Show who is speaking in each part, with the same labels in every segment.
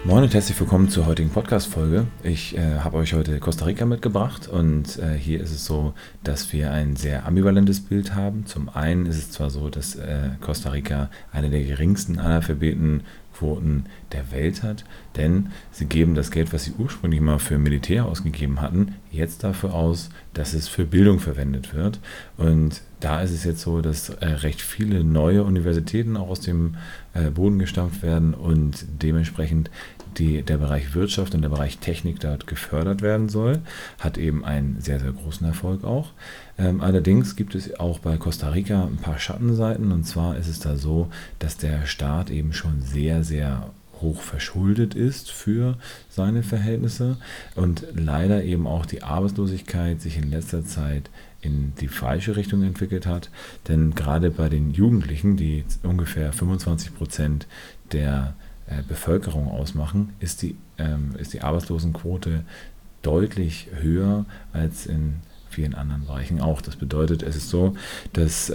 Speaker 1: Moin und herzlich willkommen zur heutigen Podcast-Folge. Ich habe euch heute Costa Rica mitgebracht und hier ist es so, dass wir ein sehr ambivalentes Bild haben. Zum einen ist es zwar so, dass Costa Rica eine der geringsten Analphabetenquoten der Welt hat, denn sie geben das Geld, was sie ursprünglich mal für Militär ausgegeben hatten, jetzt dafür aus, dass es für Bildung verwendet wird. Und da ist es jetzt so, dass recht viele neue Universitäten auch aus dem Boden gestampft werden und dementsprechend der Bereich Wirtschaft und der Bereich Technik dort gefördert werden soll, hat eben einen sehr, sehr großen Erfolg auch. Allerdings gibt es auch bei Costa Rica ein paar Schattenseiten, und zwar ist es da so, dass der Staat eben schon sehr, sehr hoch verschuldet ist für seine Verhältnisse und leider eben auch die Arbeitslosigkeit sich in letzter Zeit in die falsche Richtung entwickelt hat, denn gerade bei den Jugendlichen, die ungefähr 25% der Bevölkerung ausmachen, ist die Arbeitslosenquote deutlich höher als in vielen anderen Bereichen auch. Das bedeutet, es ist so, dass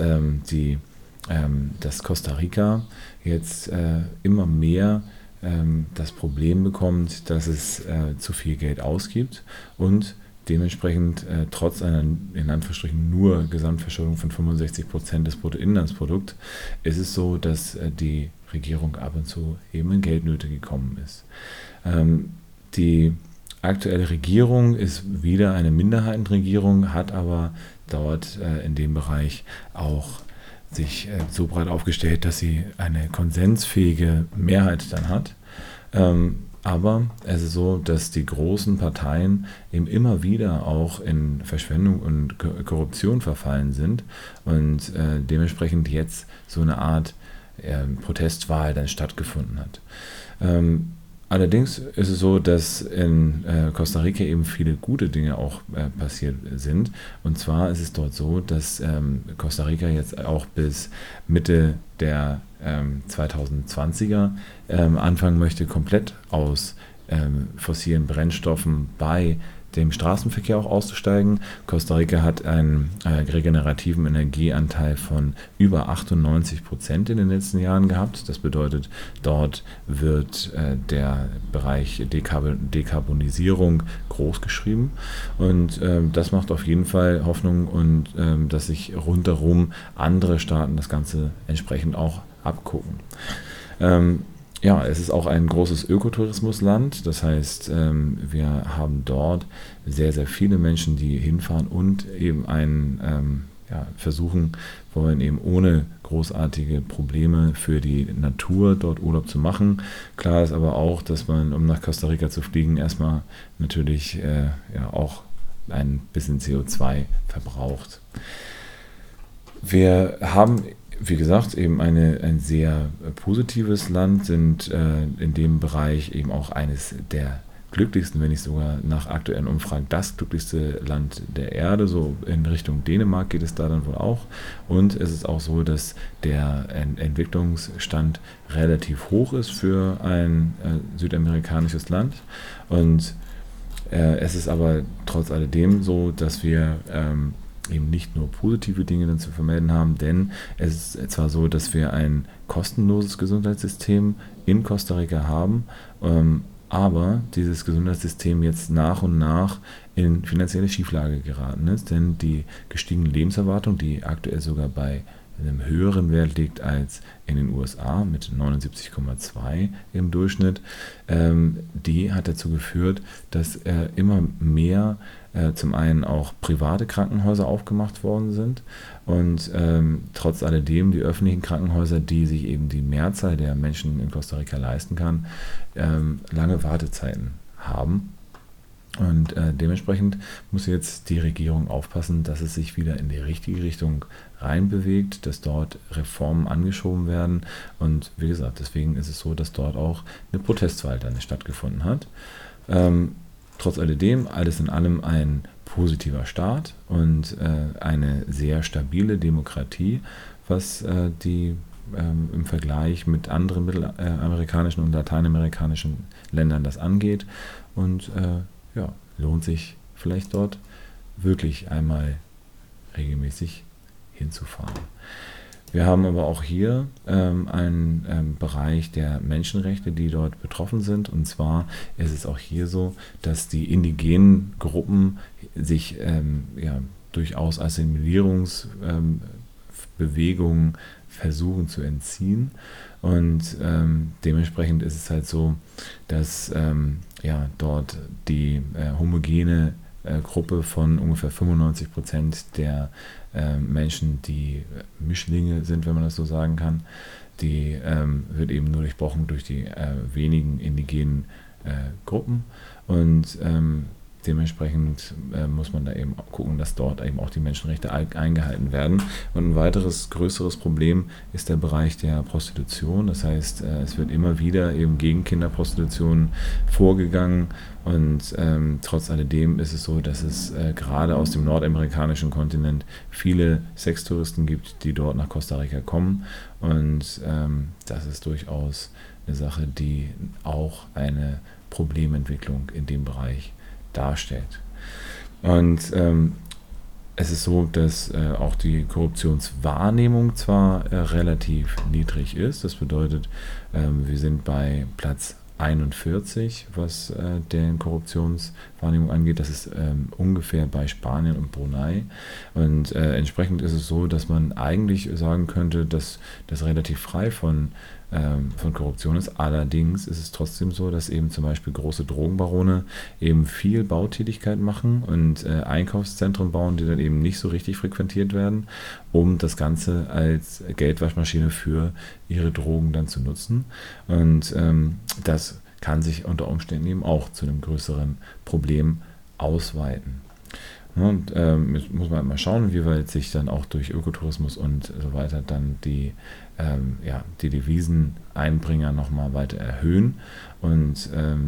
Speaker 1: dass Costa Rica jetzt immer mehr das Problem bekommt, dass es zu viel Geld ausgibt und dementsprechend trotz einer in Anführungsstrichen nur Gesamtverschuldung von 65% des Bruttoinlandsprodukts ist es so, dass die Regierung ab und zu eben in Geldnöte gekommen ist. Die aktuelle Regierung ist wieder eine Minderheitenregierung, hat aber dort in dem Bereich auch sich so breit aufgestellt, dass sie eine konsensfähige Mehrheit dann hat. Aber es ist so, dass die großen Parteien eben immer wieder auch in Verschwendung und Korruption verfallen sind und dementsprechend jetzt so eine Art Protestwahl dann stattgefunden hat. Allerdings ist es so, dass in Costa Rica eben viele gute Dinge auch passiert sind. Und zwar ist es dort so, dass Costa Rica jetzt auch bis Mitte der 2020er anfangen möchte, komplett aus fossilen Brennstoffen bei dem Straßenverkehr auch auszusteigen. Costa Rica hat einen regenerativen Energieanteil von über 98% in den letzten Jahren gehabt. Das bedeutet, dort wird der Bereich Dekarbonisierung großgeschrieben und das macht auf jeden Fall Hoffnung und dass sich rundherum andere Staaten das Ganze entsprechend auch abgucken. Ja, es ist auch ein großes Ökotourismusland, das heißt, wir haben dort sehr, sehr viele Menschen, die hinfahren und eben versuchen wollen, eben ohne großartige Probleme für die Natur dort Urlaub zu machen. Klar ist aber auch, dass man, um nach Costa Rica zu fliegen, erstmal natürlich auch ein bisschen CO2 verbraucht. Wir haben, wie gesagt, eben ein sehr positives Land, sind in dem Bereich eben auch eines der glücklichsten, wenn nicht sogar nach aktuellen Umfragen das glücklichste Land der Erde. So in Richtung Dänemark geht es da dann wohl auch. Und es ist auch so, dass der Entwicklungsstand relativ hoch ist für ein südamerikanisches Land. Und es ist aber trotz alledem so, dass wir eben nicht nur positive Dinge dann zu vermelden haben, denn es ist zwar so, dass wir ein kostenloses Gesundheitssystem in Costa Rica haben, aber dieses Gesundheitssystem jetzt nach und nach in finanzielle Schieflage geraten ist, denn die gestiegene Lebenserwartung, die aktuell sogar bei einem höheren Wert liegt als in den USA mit 79,2 im Durchschnitt, die hat dazu geführt, dass immer mehr zum einen auch private Krankenhäuser aufgemacht worden sind und trotz alledem die öffentlichen Krankenhäuser, die sich eben die Mehrzahl der Menschen in Costa Rica leisten kann, lange Wartezeiten haben. Und dementsprechend muss jetzt die Regierung aufpassen, dass es sich wieder in die richtige Richtung reinbewegt, dass dort Reformen angeschoben werden. Und wie gesagt, deswegen ist es so, dass dort auch eine Protestwahl dann stattgefunden hat. Trotz alledem, alles in allem ein positiver Start und eine sehr stabile Demokratie, was im Vergleich mit anderen mittelamerikanischen und lateinamerikanischen Ländern das angeht. Und lohnt sich vielleicht dort wirklich einmal regelmäßig hinzufahren. Wir haben aber auch hier einen Bereich der Menschenrechte, die dort betroffen sind. Und zwar ist es auch hier so, dass die indigenen Gruppen sich durchaus Assimilierungsbewegungen versuchen zu entziehen. Und dementsprechend ist es halt so, dass dort die homogene Gruppe von ungefähr 95% der Menschen, die Mischlinge sind, wenn man das so sagen kann, die wird eben nur durchbrochen durch die wenigen indigenen Gruppen. Und dementsprechend muss man da eben gucken, dass dort eben auch die Menschenrechte eingehalten werden. Und ein weiteres größeres Problem ist der Bereich der Prostitution. Das heißt, es wird immer wieder eben gegen Kinderprostitution vorgegangen. Und trotz alledem ist es so, dass es gerade aus dem nordamerikanischen Kontinent viele Sextouristen gibt, die dort nach Costa Rica kommen. Und das ist durchaus eine Sache, die auch eine Problementwicklung in dem Bereich darstellt. Und es ist so, dass auch die Korruptionswahrnehmung zwar relativ niedrig ist. Das bedeutet, wir sind bei Platz 41, was deren Korruptionswahrnehmung angeht. Das ist ungefähr bei Spanien und Brunei. Und entsprechend ist es so, dass man eigentlich sagen könnte, dass das relativ frei von Korruption ist. Allerdings ist es trotzdem so, dass eben zum Beispiel große Drogenbarone eben viel Bautätigkeit machen und Einkaufszentren bauen, die dann eben nicht so richtig frequentiert werden, um das Ganze als Geldwaschmaschine für ihre Drogen dann zu nutzen. Und das kann sich unter Umständen eben auch zu einem größeren Problem ausweiten. Und jetzt muss man mal schauen, wie weit sich dann auch durch Ökotourismus und so weiter dann die Deviseneinbringer nochmal weiter erhöhen. Und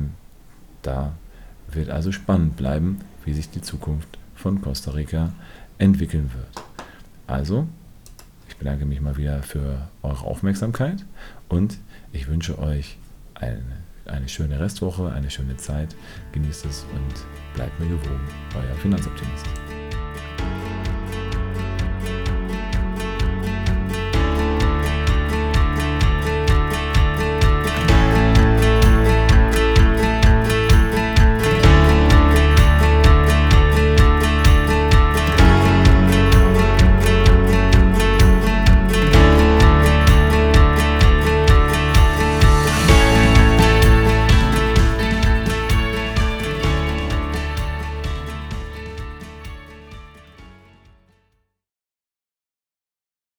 Speaker 1: da wird also spannend bleiben, wie sich die Zukunft von Costa Rica entwickeln wird. Also, ich bedanke mich mal wieder für eure Aufmerksamkeit und ich wünsche euch eine schöne Restwoche, eine schöne Zeit. Genießt es und bleibt mir gewogen. Euer Finanzoptimist.